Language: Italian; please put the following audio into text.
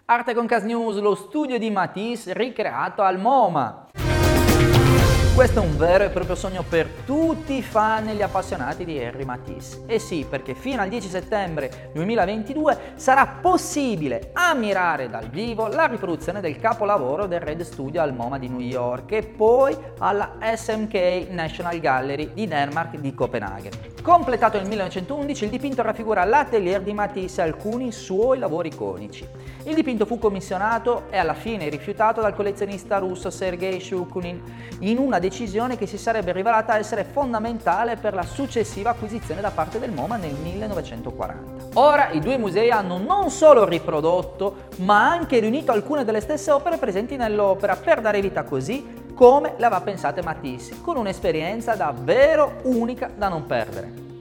Arte con Cas News, lo studio di Matisse ricreato al MoMA. Questo è un vero e proprio sogno per tutti i fan e gli appassionati di Henri Matisse. E sì, perché fino al 10 settembre 2022 sarà possibile ammirare dal vivo la riproduzione del capolavoro del Red Studio al MoMA di New York e poi alla SMK National Gallery di Denmark di Copenaghen. Completato nel 1911, il dipinto raffigura l'atelier di Matisse e alcuni suoi lavori iconici. Il dipinto fu commissionato e alla fine rifiutato dal collezionista russo Sergei Shukunin in una decisione che si sarebbe rivelata essere fondamentale per la successiva acquisizione da parte del MoMA nel 1940. Ora i due musei hanno non solo riprodotto, ma anche riunito alcune delle stesse opere presenti nell'opera per dare vita così come le aveva pensate Matisse, con un'esperienza davvero unica da non perdere.